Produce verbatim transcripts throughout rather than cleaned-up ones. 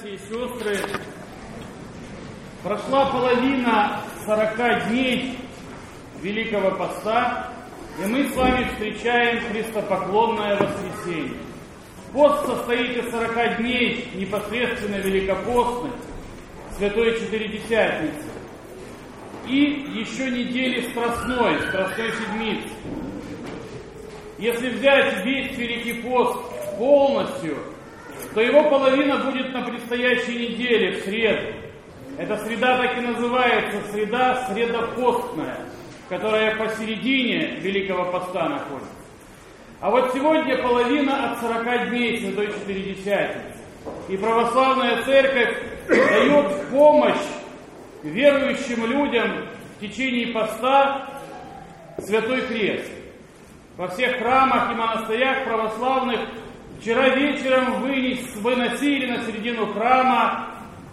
братья и сестры, прошла половина сорока дней Великого Поста, и мы с вами встречаем Христопоклонное воскресенье. Пост состоит из сорока дней непосредственно великопостных, Святой Четыредесятницы, и еще недели Страстной, Страстной Седмицы. Если взять весь Великий Пост полностью, то его половина будет на предстоящей неделе, в среду. Эта среда так и называется, среда средопостная, которая посередине Великого Поста находится. А вот сегодня половина от сорока дней Святой Четыредесятницы. И православная церковь дает помощь верующим людям в течение поста Святой Крест. Во всех храмах и монастырях православных вчера вечером вынес, выносили на середину храма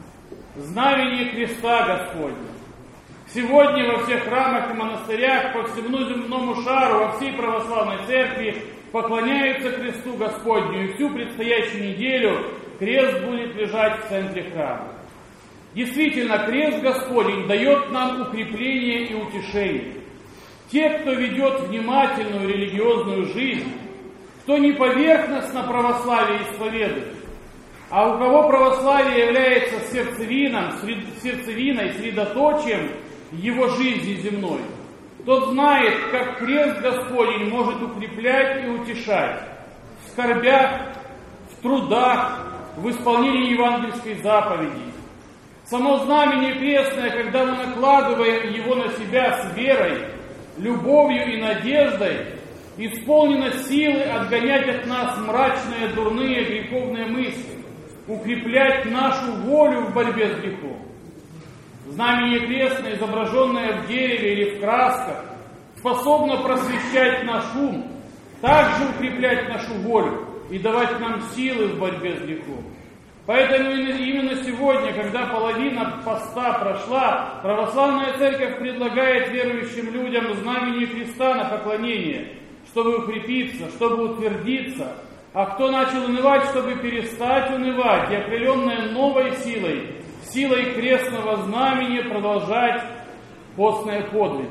знамение креста Господня. Сегодня во всех храмах и монастырях по всему земному шару, во всей православной церкви поклоняются кресту Господню. И всю предстоящую неделю крест будет лежать в центре храма. Действительно, крест Господень дает нам укрепление и утешение. Те, кто ведет внимательную религиозную жизнь, кто не поверхностно православие исповедует, а у кого православие является сердцевином, сердцевиной, средоточием его жизни земной, тот знает, как крест Господень может укреплять и утешать в скорбях, в трудах, в исполнении евангельской заповеди. Само знамение крестное, когда мы накладываем его на себя с верой, любовью и надеждой, исполнено силы отгонять от нас мрачные, дурные, греховные мысли, укреплять нашу волю в борьбе с грехом. Знамение крестное, изображенное в дереве или в красках, способно просвещать наш ум, также укреплять нашу волю и давать нам силы в борьбе с грехом. Поэтому именно сегодня, когда половина поста прошла, православная церковь предлагает верующим людям знамение креста на поклонение, чтобы укрепиться, чтобы утвердиться, а кто начал унывать, чтобы перестать унывать и окрыленная новой силой, силой крестного знамения продолжать постные подвиги.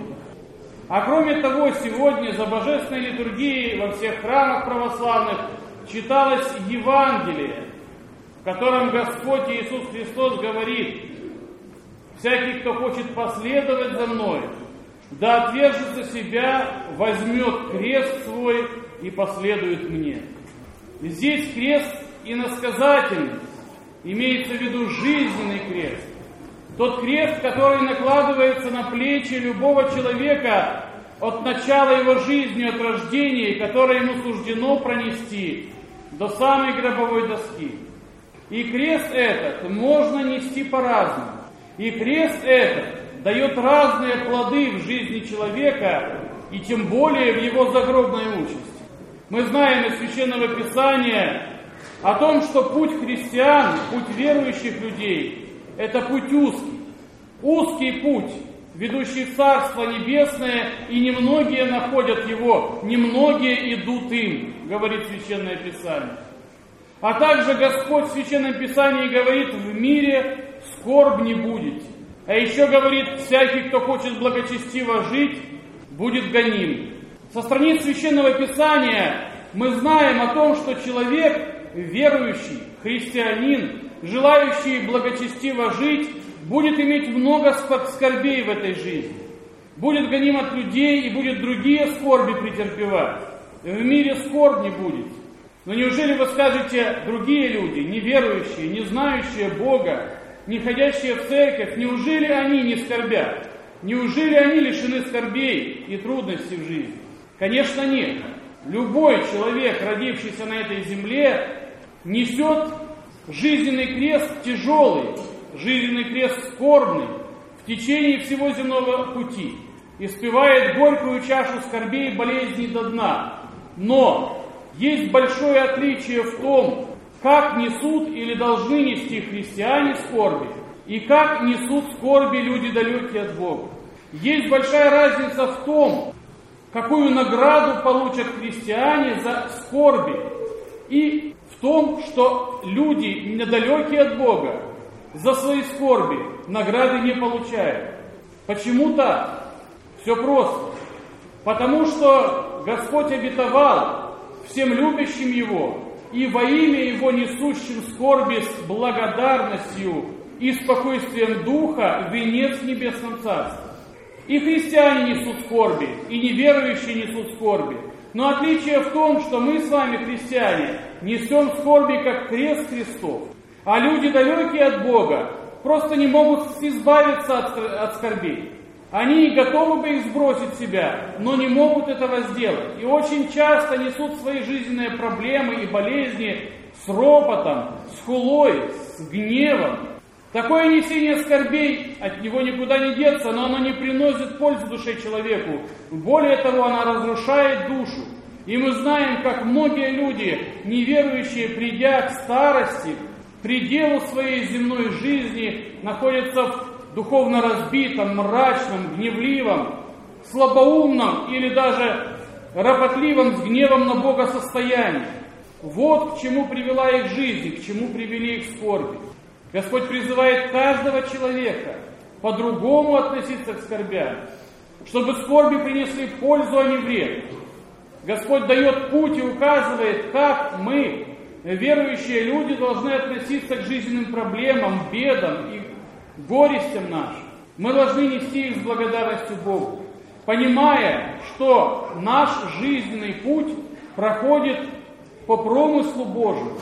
А кроме того, сегодня за божественной литургией во всех храмах православных читалось Евангелие, в котором Господь Иисус Христос говорит: «Всякий, кто хочет последовать за Мной, да отвержется себя, возьмет крест свой и последует Мне». Здесь крест иносказательный, имеется в виду жизненный крест. Тот крест, который накладывается на плечи любого человека от начала его жизни, от рождения, который ему суждено пронести до самой гробовой доски. И крест этот можно нести по-разному. И крест этот дает разные плоды в жизни человека, и тем более в его загробной участи. Мы знаем из Священного Писания о том, что путь христиан, путь верующих людей, это путь узкий. Узкий путь, ведущий в Царство Небесное, и немногие находят его, немногие идут им, говорит Священное Писание. А также Господь в Священном Писании говорит: в мире скорбь не будет. А еще говорит: всякий, кто хочет благочестиво жить, будет гоним. Со страниц Священного Писания мы знаем о том, что человек, верующий, христианин, желающий благочестиво жить, будет иметь много скорбей в этой жизни. Будет гоним от людей и будет другие скорби претерпевать. В мире скорбь не будет. Но неужели вы скажете, другие люди, неверующие, не знающие Бога, не ходящие в церковь, неужели они не скорбят? Неужели они лишены скорбей и трудностей в жизни? Конечно, нет. Любой человек, родившийся на этой земле, несет жизненный крест тяжелый, жизненный крест скорбный в течение всего земного пути, испевает горькую чашу скорбей и болезней до дна. Но есть большое отличие в том, как несут или должны нести христиане скорби, и как несут скорби люди, далекие от Бога. Есть большая разница в том, какую награду получат христиане за скорби, и в том, что люди, недалекие от Бога, за свои скорби награды не получают. Почему так? Все просто. Потому что Господь обетовал всем любящим Его и во имя Его несущим скорби с благодарностью и спокойствием Духа венец в небесном Царстве. И христиане несут скорби, и неверующие несут скорби. Но отличие в том, что мы с вами, христиане, несем скорби, как крест Христов. А люди, далекие от Бога, просто не могут избавиться от, от скорбей. Они готовы бы их сбросить с себя, но не могут этого сделать. И очень часто несут свои жизненные проблемы и болезни с ропотом, с хулой, с гневом. Такое несение скорбей, от него никуда не деться, но оно не приносит пользы душе человеку. Более того, оно разрушает душу. И мы знаем, как многие люди, неверующие, придя к старости, к пределу своей земной жизни, находятся в духовно разбитом, мрачном, гневливом, слабоумном или даже ропотливом с гневом на Бога состоянии. Вот к чему привела их жизнь, к чему привели их скорби. Господь призывает каждого человека по-другому относиться к скорбям, чтобы скорби принесли пользу, а не вред. Господь дает путь и указывает, как мы, верующие люди, должны относиться к жизненным проблемам, бедам и горестям нашим. Мы должны нести их с благодарностью Богу, понимая, что наш жизненный путь проходит по промыслу Божьему.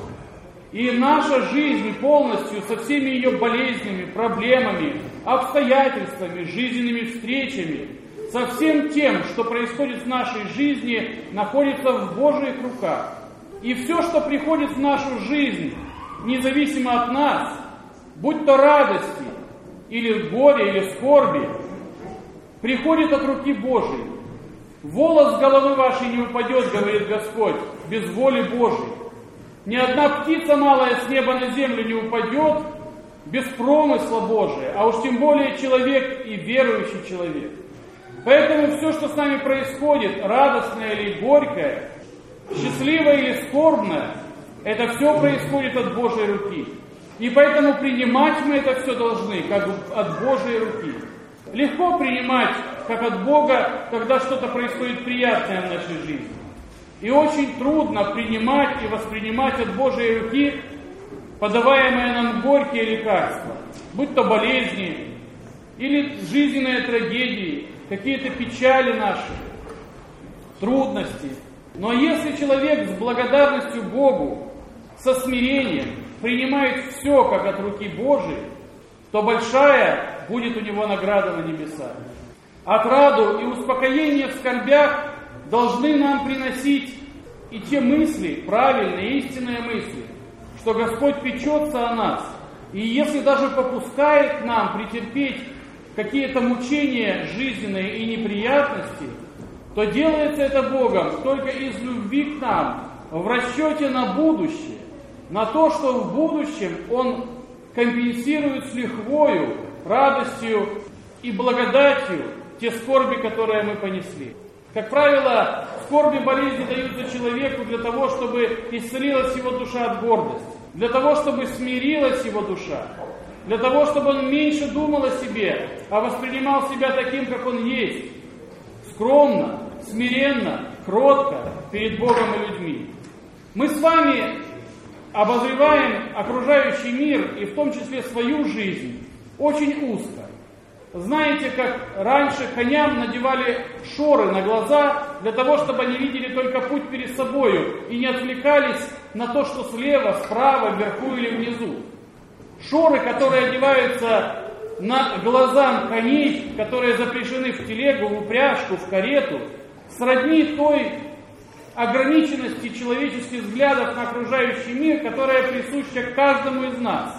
И наша жизнь полностью, со всеми ее болезнями, проблемами, обстоятельствами, жизненными встречами, со всем тем, что происходит в нашей жизни, находится в Божьих руках. И все, что приходит в нашу жизнь, независимо от нас, будь то радости, или горе, или скорби, приходит от руки Божией. Волос с головы вашей не упадет, говорит Господь, без воли Божией. Ни одна птица малая с неба на землю не упадет без промысла Божия, а уж тем более человек и верующий человек. Поэтому все, что с нами происходит, радостное или горькое, счастливое или скорбное, это все происходит от Божьей руки. И поэтому принимать мы это все должны, как от Божьей руки. Легко принимать, как от Бога, когда что-то происходит приятное в нашей жизни. И очень трудно принимать и воспринимать от Божьей руки подаваемые нам горькие лекарства, будь то болезни или жизненные трагедии, какие-то печали наши, трудности. Но если человек с благодарностью Богу, со смирением принимает все, как от руки Божией, то большая будет у него награда на небесах. Отраду и успокоение в скорбях должны нам приносить и те мысли, правильные, истинные мысли, что Господь печется о нас. И если даже попускает нам претерпеть какие-то мучения жизненные и неприятности, то делается это Богом только из любви к нам, в расчете на будущее, на то, что в будущем Он компенсирует с лихвою, радостью и благодатью те скорби, которые мы понесли. Как правило, скорби, болезни даются человеку для того, чтобы исцелилась его душа от гордости, для того, чтобы смирилась его душа, для того, чтобы он меньше думал о себе, а воспринимал себя таким, как он есть, скромно, смиренно, кротко перед Богом и людьми. Мы с вами обозреваем окружающий мир, и в том числе свою жизнь, очень узко. Знаете, как раньше коням надевали шоры на глаза, для того, чтобы они видели только путь перед собою и не отвлекались на то, что слева, справа, вверху или внизу. Шоры, которые одеваются на глазам коней, которые запряжены в телегу, в упряжку, в карету, сродни той ограниченности человеческих взглядов на окружающий мир, которая присуща каждому из нас.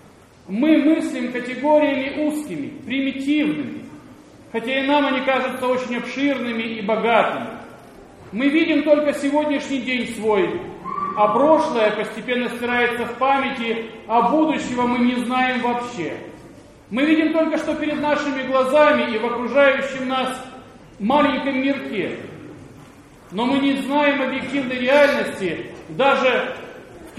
Мы мыслим категориями узкими, примитивными, хотя и нам они кажутся очень обширными и богатыми. Мы видим только сегодняшний день свой, а прошлое постепенно стирается в памяти, а будущего мы не знаем вообще. Мы видим только, что перед нашими глазами и в окружающем нас маленьком мирке. Но мы не знаем объективной реальности даже в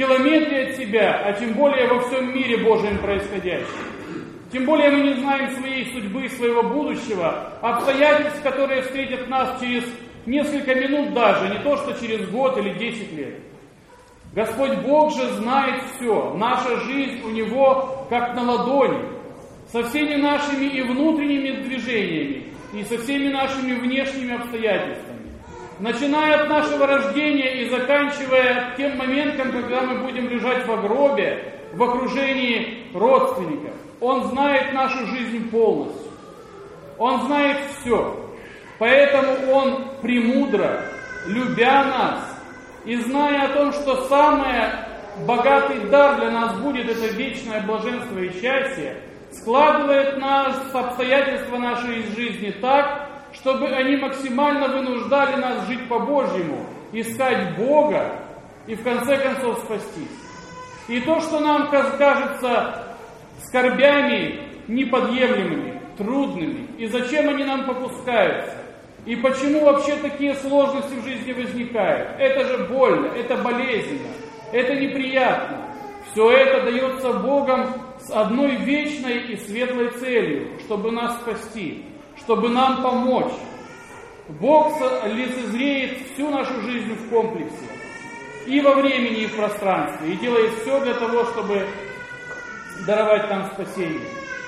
километре от себя, а тем более во всем мире Божьем происходящем. Тем более мы не знаем своей судьбы, своего будущего, обстоятельств, которые встретят нас через несколько минут даже, не то что через год или десять лет. Господь Бог же знает все. Наша жизнь у Него как на ладони, со всеми нашими и внутренними движениями, и со всеми нашими внешними обстоятельствами. Начиная от нашего рождения и заканчивая тем моментом, когда мы будем лежать в гробе, в окружении родственников. Он знает нашу жизнь полностью. Он знает все. Поэтому Он премудро, любя нас, и зная о том, что самый богатый дар для нас будет это вечное блаженство и счастье, складывает нас обстоятельства нашей жизни так, чтобы они максимально вынуждали нас жить по-божьему, искать Бога и в конце концов спастись. И то, что нам кажется скорбями неподъемлемыми, трудными, и зачем они нам попускаются, и почему вообще такие сложности в жизни возникают, это же больно, это болезненно, это неприятно. Все это дается Богом с одной вечной и светлой целью, чтобы нас спасти, чтобы нам помочь. Бог лицезреет всю нашу жизнь в комплексе, и во времени, и в пространстве, и делает все для того, чтобы даровать нам спасение.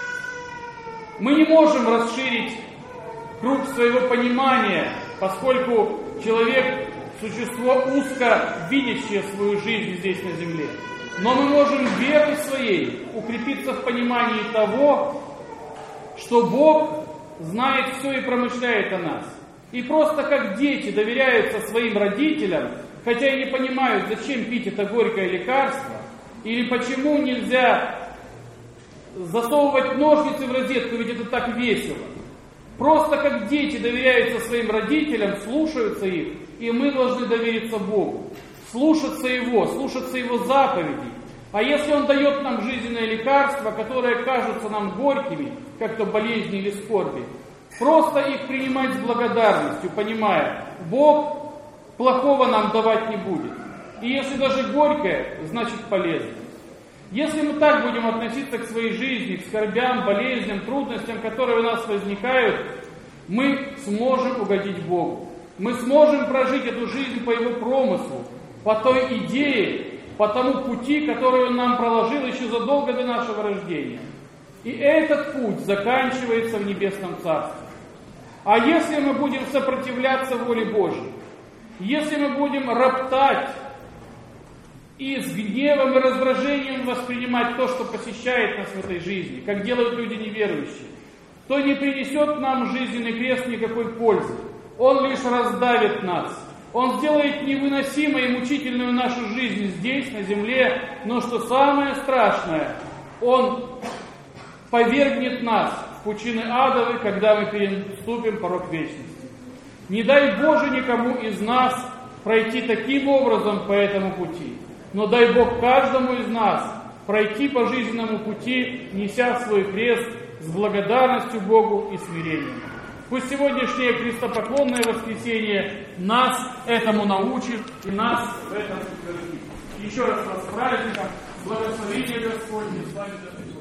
Мы не можем расширить круг своего понимания, поскольку человек – существо узко видящее свою жизнь здесь на земле. Но мы можем верой своей укрепиться в понимании того, что Бог знает все и промышляет о нас. И просто как дети доверяются своим родителям, хотя и не понимают, зачем пить это горькое лекарство, или почему нельзя засовывать ножницы в розетку, ведь это так весело. Просто как дети доверяются своим родителям, слушаются их, и мы должны довериться Богу, слушаться Его, слушаться Его заповедей. А если Он дает нам жизненное лекарство, которое кажутся нам горькими, как то болезни или скорби, просто их принимать с благодарностью, понимая, Бог плохого нам давать не будет. И если даже горькое, значит полезно. Если мы так будем относиться к своей жизни, к скорбям, болезням, трудностям, которые у нас возникают, мы сможем угодить Богу. Мы сможем прожить эту жизнь по Его промыслу, по той идее, по тому пути, который Он нам проложил еще задолго до нашего рождения. И этот путь заканчивается в Небесном Царстве. А если мы будем сопротивляться воле Божьей, если мы будем роптать и с гневом и раздражением воспринимать то, что посещает нас в этой жизни, как делают люди неверующие, то не принесет нам жизненный крест никакой пользы. Он лишь раздавит нас. Он сделает невыносимой и мучительную нашу жизнь здесь, на земле, но что самое страшное, Он повергнет нас в пучины адовы, когда мы переступим порог вечности. Не дай Боже никому из нас пройти таким образом по этому пути, но дай Бог каждому из нас пройти по жизненному пути, неся свой крест с благодарностью Богу и смирением. Пусть сегодняшнее крестопоклонное воскресенье нас этому научит и нас в этом утвердит. Еще раз вас с праздником, благословение Господне, с вами